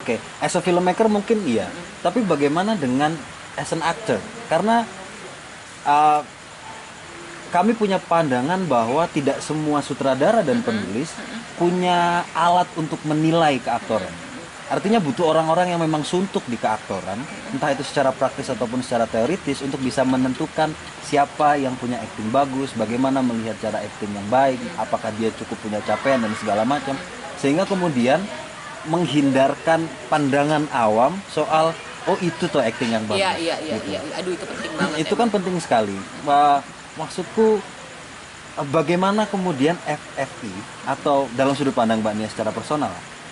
Oke, as a filmmaker mungkin iya. Tapi bagaimana dengan as an actor? Karena uh, kami punya pandangan bahwa tidak semua sutradara dan penulis punya alat untuk menilai keaktoran. Artinya butuh orang-orang yang memang suntuk di keaktoran, entah itu secara praktis ataupun secara teoritis untuk bisa menentukan siapa yang punya acting bagus, bagaimana melihat cara acting yang baik, apakah dia cukup punya capaian dan segala macam. Sehingga kemudian menghindarkan pandangan awam soal oh itu tuh acting yang bagus. Gitu. Iya. Aduh itu penting banget. Itu kan penting sekali. Maksudku bagaimana kemudian FFI atau dalam sudut pandang Mbak Nia secara personal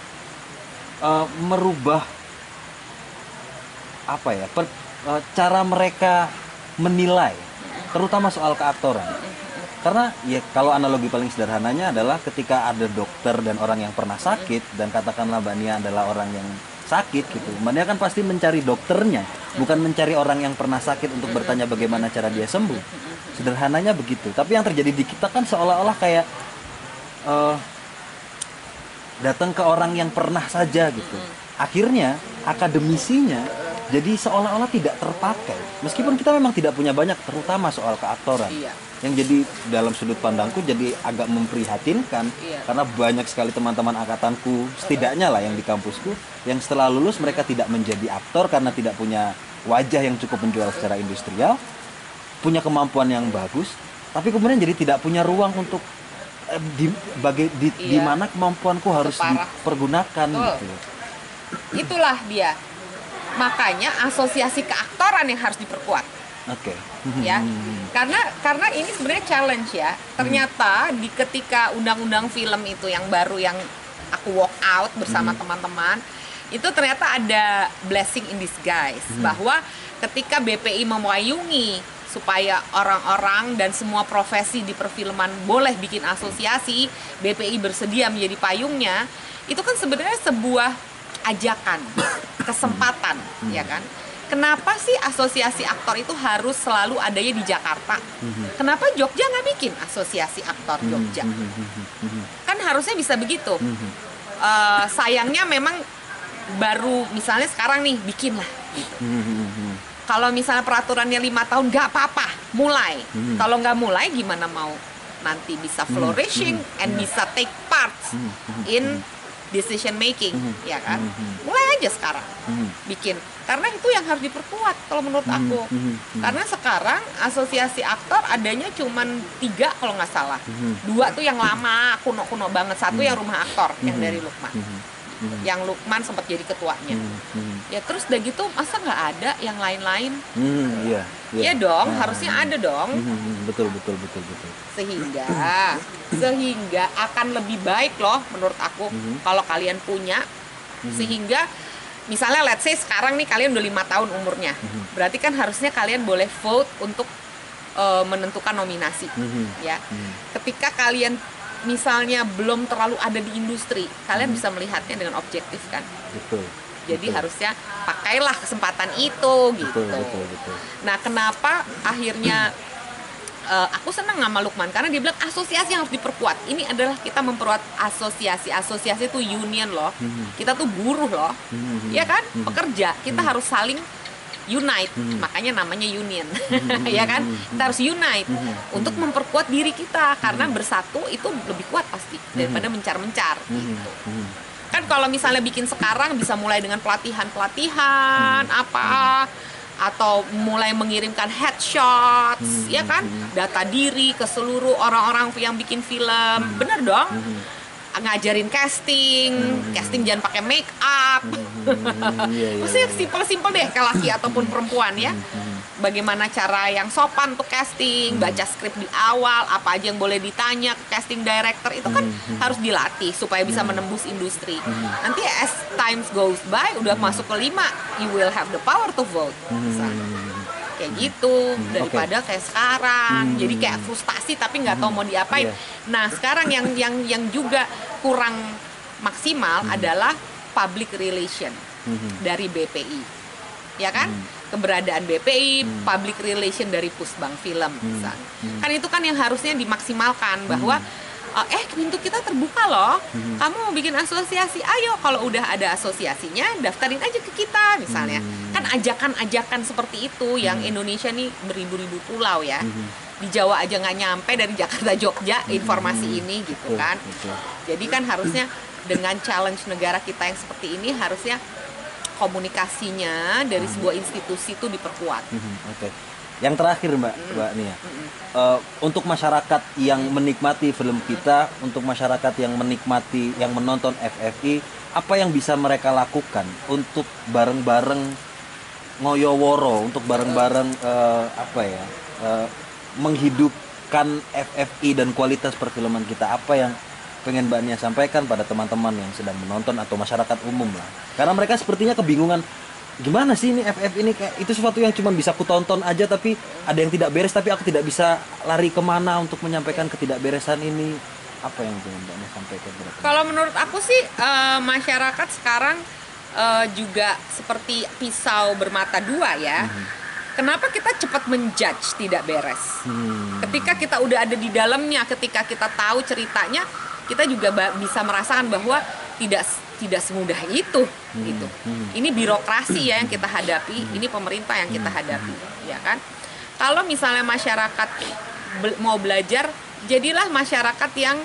merubah apa ya cara mereka menilai terutama soal keaktoran. Karena ya kalau analogi paling sederhananya adalah ketika ada dokter dan orang yang pernah sakit dan katakanlah Mbak Nia adalah orang yang sakit gitu. Mbak Nia kan pasti mencari dokternya, bukan mencari orang yang pernah sakit untuk bertanya bagaimana cara dia sembuh. Sederhananya begitu. Tapi yang terjadi di kita kan seolah-olah kayak datang ke orang yang pernah saja gitu. Akhirnya akademisinya jadi seolah-olah tidak terpakai. Meskipun kita memang tidak punya banyak terutama soal keaktoran. Iya. Yang jadi dalam sudut pandangku jadi agak memprihatinkan karena banyak sekali teman-teman angkatanku setidaknya lah yang di kampusku yang setelah lulus mereka tidak menjadi aktor karena tidak punya wajah yang cukup menjual secara industrial, punya kemampuan yang bagus, tapi kemudian jadi tidak punya ruang untuk di mana kemampuanku harus dipergunakan gitu. Itulah dia. Makanya asosiasi keaktoran yang harus diperkuat. Oke. Ya. Karena ini sebenarnya challenge ya. Ternyata di ketika undang-undang film itu yang baru yang aku walk out bersama teman-teman, itu ternyata ada blessing in disguise bahwa ketika BPI memayungi supaya orang-orang dan semua profesi di perfilman boleh bikin asosiasi, BPI bersedia menjadi payungnya, itu kan sebenarnya sebuah ajakan, kesempatan, ya kan? Kenapa sih asosiasi aktor itu harus selalu adanya di Jakarta? Kenapa Jogja nggak bikin asosiasi aktor Jogja? Kan harusnya bisa begitu. Sayangnya memang baru misalnya sekarang nih bikin lah gitu. Kalau misalnya peraturannya 5 tahun nggak apa-apa, mulai. Kalau nggak mulai gimana mau nanti bisa flourishing and bisa take parts in decision making, ya kan? Mulai aja sekarang bikin. Karena itu yang harus diperkuat kalau menurut aku. Karena sekarang asosiasi aktor adanya cuman 3 kalau nggak salah. 2 tuh yang lama, kuno-kuno banget. 1 yang Rumah Aktor yang dari Lukman. Yang Lukman sempat jadi ketuanya. Ya terus udah gitu masa nggak ada yang lain-lain? Iya dong, harusnya ada dong. Betul. Sehingga akan lebih baik loh menurut aku kalau kalian punya. Sehingga misalnya let's say sekarang nih kalian udah 5 tahun umurnya. Berarti kan harusnya kalian boleh vote untuk menentukan nominasi. Ya. Ketika kalian misalnya belum terlalu ada di industri, kalian bisa melihatnya dengan objektif kan. Jadi harusnya pakailah kesempatan itu gitu. Betul. Nah, kenapa akhirnya aku senang sama Lukman karena dia bilang asosiasi yang harus diperkuat. Ini adalah kita memperkuat asosiasi. Asosiasi itu union loh. Kita tuh buruh loh. Ya kan? Pekerja. Kita harus saling unite, makanya namanya union. Ya kan? Kita harus unite untuk memperkuat diri kita karena bersatu itu lebih kuat pasti daripada mencar-mencar gitu. Kan kalau misalnya bikin sekarang bisa mulai dengan pelatihan apa atau mulai mengirimkan headshots, ya kan? Data diri ke seluruh orang-orang yang bikin film. Bener dong? Ngajarin casting jangan pakai make up. Maksudnya simpel-simpel deh ke laki ataupun perempuan ya. Bagaimana cara yang sopan untuk casting, baca skrip di awal, apa aja yang boleh ditanya ke casting director itu kan harus dilatih supaya bisa menembus industri. Nanti as times goes by udah masuk ke 5, you will have the power to vote. Kayak gitu daripada kayak sekarang jadi kayak frustasi tapi nggak tahu mau diapain. Nah sekarang yang juga kurang maksimal adalah public relation dari BPI, ya kan? Keberadaan BPI, public relation dari Pusbang Film misalnya. Kan itu kan yang harusnya dimaksimalkan bahwa pintu kita terbuka loh, kamu mau bikin asosiasi, ayo, kalau udah ada asosiasinya daftarin aja ke kita misalnya. Kan ajakan-ajakan seperti itu yang Indonesia nih beribu-ribu pulau ya, di Jawa aja nggak nyampe dari Jakarta Jogja informasi ini gitu kan. Jadi kan harusnya dengan challenge negara kita yang seperti ini, harusnya komunikasinya dari sebuah institusi itu diperkuat. Oke. Yang terakhir Mbak Nia, untuk masyarakat yang menikmati film kita, untuk masyarakat yang menikmati, yang menonton FFI, apa yang bisa mereka lakukan untuk bareng-bareng ngoyoworo, untuk bareng-bareng menghidupkan FFI dan kualitas perfilman kita? Apa yang pengen Mbak Nia sampaikan pada teman-teman yang sedang menonton atau masyarakat umum lah? Karena mereka sepertinya kebingungan, gimana sih ini FF ini, kayak itu sesuatu yang cuma bisa aku tonton aja, tapi ada yang tidak beres, tapi aku tidak bisa lari kemana untuk menyampaikan ketidakberesan ini. Apa yang ingin Mbak sampaikan? Kalau menurut aku sih masyarakat sekarang juga seperti pisau bermata dua ya. Kenapa kita cepat menjudge tidak beres? Ketika kita udah ada di dalamnya, ketika kita tahu ceritanya, kita juga bisa merasakan bahwa tidak semudah itu gitu. Ini birokrasi ya yang kita hadapi, ini pemerintah yang kita hadapi, ya kan? Kalau misalnya masyarakat mau belajar, jadilah masyarakat yang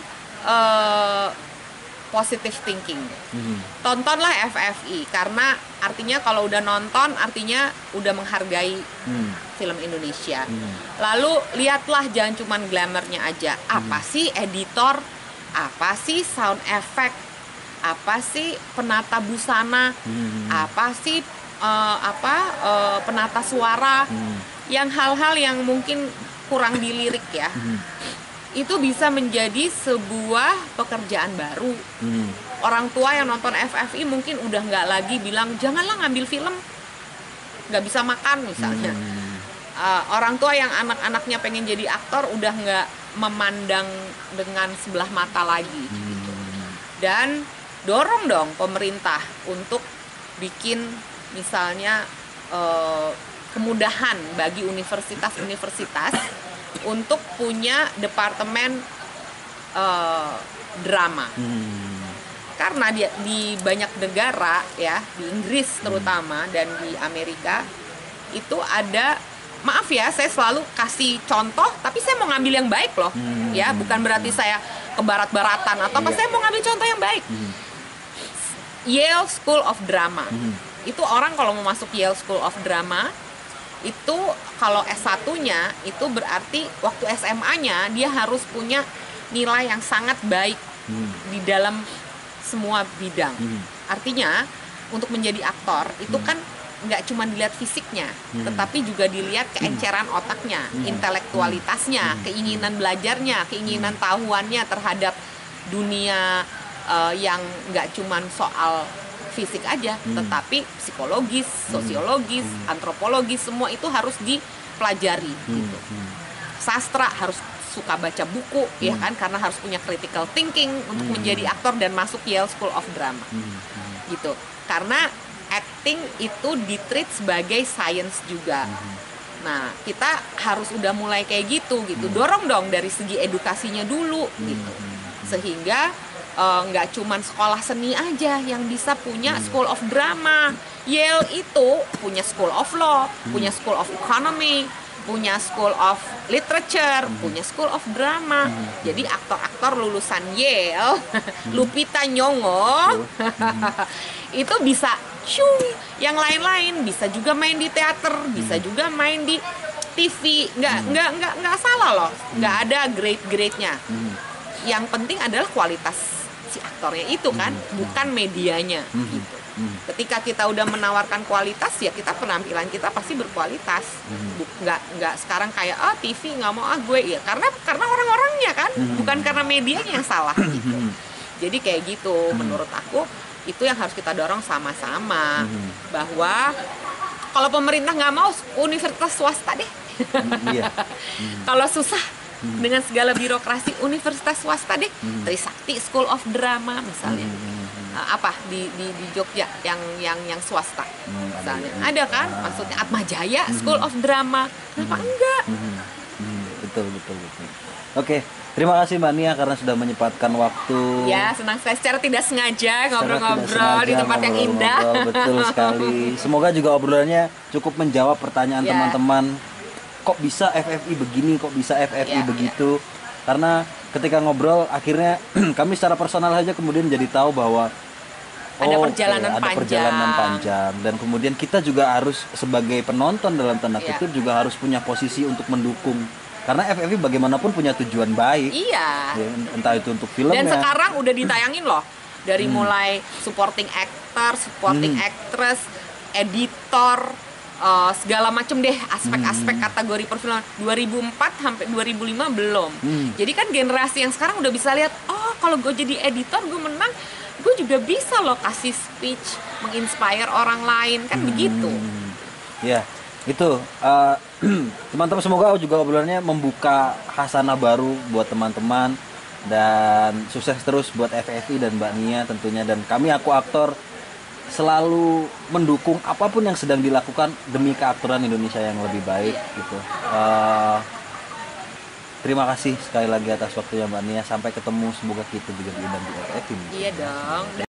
positive thinking. Tontonlah FFI, karena artinya kalau udah nonton artinya udah menghargai film Indonesia. Lalu lihatlah, jangan cuman glamournya aja. Apa sih editor? Apa sih sound effect? Apa sih penata busana? Apa sih penata suara? Yang hal-hal yang mungkin kurang dilirik ya. Itu bisa menjadi sebuah pekerjaan baru. Orang tua yang nonton FFI mungkin udah nggak lagi bilang janganlah ngambil film, nggak bisa makan misalnya. Orang tua yang anak-anaknya pengen jadi aktor udah nggak memandang dengan sebelah mata lagi gitu. Dan dorong dong pemerintah untuk bikin misalnya kemudahan bagi universitas-universitas untuk punya departemen drama. Karena di banyak negara ya, di Inggris terutama dan di Amerika itu ada, maaf ya saya selalu kasih contoh, tapi saya mau ngambil yang baik loh, ya bukan berarti saya ke barat-baratan atau apa, saya mau ngambil contoh yang baik. Yale School of Drama, itu orang kalau mau masuk Yale School of Drama itu kalau S1-nya itu berarti waktu SMA-nya dia harus punya nilai yang sangat baik di dalam semua bidang. Artinya untuk menjadi aktor itu kan nggak cuma dilihat fisiknya, tetapi juga dilihat keenceran otaknya, intelektualitasnya, keinginan belajarnya, keinginan tahuannya terhadap dunia yang nggak cuma soal fisik aja, tetapi psikologis, sosiologis, antropologis, semua itu harus dipelajari gitu. Sastra harus suka baca buku, ya kan, karena harus punya critical thinking untuk menjadi aktor dan masuk Yale School of Drama gitu. Karena acting itu ditreat sebagai science juga. Nah, kita harus udah mulai kayak gitu. Dorong dong dari segi edukasinya dulu gitu. Sehingga nggak cuman sekolah seni aja yang bisa punya School of Drama. Yale itu punya School of Law, punya School of Economy, punya School of Literature, punya School of Drama. Jadi aktor-aktor lulusan Yale, Lupita Nyong'o, itu bisa yang lain-lain, bisa juga main di teater, bisa juga main di TV. Nggak salah loh, nggak ada grade-grade-nya. Yang penting adalah kualitas si aktornya itu kan, bukan medianya gitu. Ketika kita udah menawarkan kualitas, ya kita penampilan kita pasti berkualitas. Nggak sekarang kayak TV nggak mau gue ya, karena orang-orangnya kan, bukan karena medianya yang salah gitu. Jadi kayak gitu, menurut aku itu yang harus kita dorong sama-sama, bahwa kalau pemerintah nggak mau, universitas swasta deh. Kalau susah dengan segala birokrasi, universitas swasta deh, Trisakti School of Drama misalnya, di Jogja yang swasta misalnya, ada kan, maksudnya Atmajaya School of Drama, kenapa enggak? Betul. Oke, Terima kasih Mbak Nia karena sudah menyempatkan waktu. Ya, senang sekali secara tidak sengaja Secara ngobrol-ngobrol tidak di sengaja tempat yang indah. ngobrol-ngobrol, betul sekali. Semoga juga obrolannya cukup menjawab pertanyaan Ya. teman-teman. Kok bisa FFI begini, kok bisa FFI Ya, begitu? Karena ketika ngobrol akhirnya kami secara personal aja kemudian jadi tahu bahwa Ada oke, perjalanan ada perjalanan panjang dan kemudian kita juga harus sebagai penonton dalam tanda Ya. kutip juga harus punya posisi untuk mendukung. Karena FFI bagaimanapun punya tujuan baik. Iya. Ya, entah itu untuk filmnya. Dan sekarang udah ditayangin loh. Dari mulai supporting actor, supporting actress, editor, segala macem deh aspek-aspek kategori perfilman 2004 sampai 2005 belum. Jadi kan generasi yang sekarang udah bisa lihat, oh kalau gue jadi editor gue menang, gue juga bisa loh kasih speech menginspire orang lain kan begitu. Ya, itu teman-teman, semoga juga obrolannya membuka khasanah baru buat teman-teman dan sukses terus buat FFI dan Mbak Nia tentunya, dan kami aku aktor selalu mendukung apapun yang sedang dilakukan demi keaktoran Indonesia yang lebih baik gitu. Terima kasih sekali lagi atas waktunya Mbak Nia. Sampai ketemu, semoga kita juga diundang di FFI. Iya dong.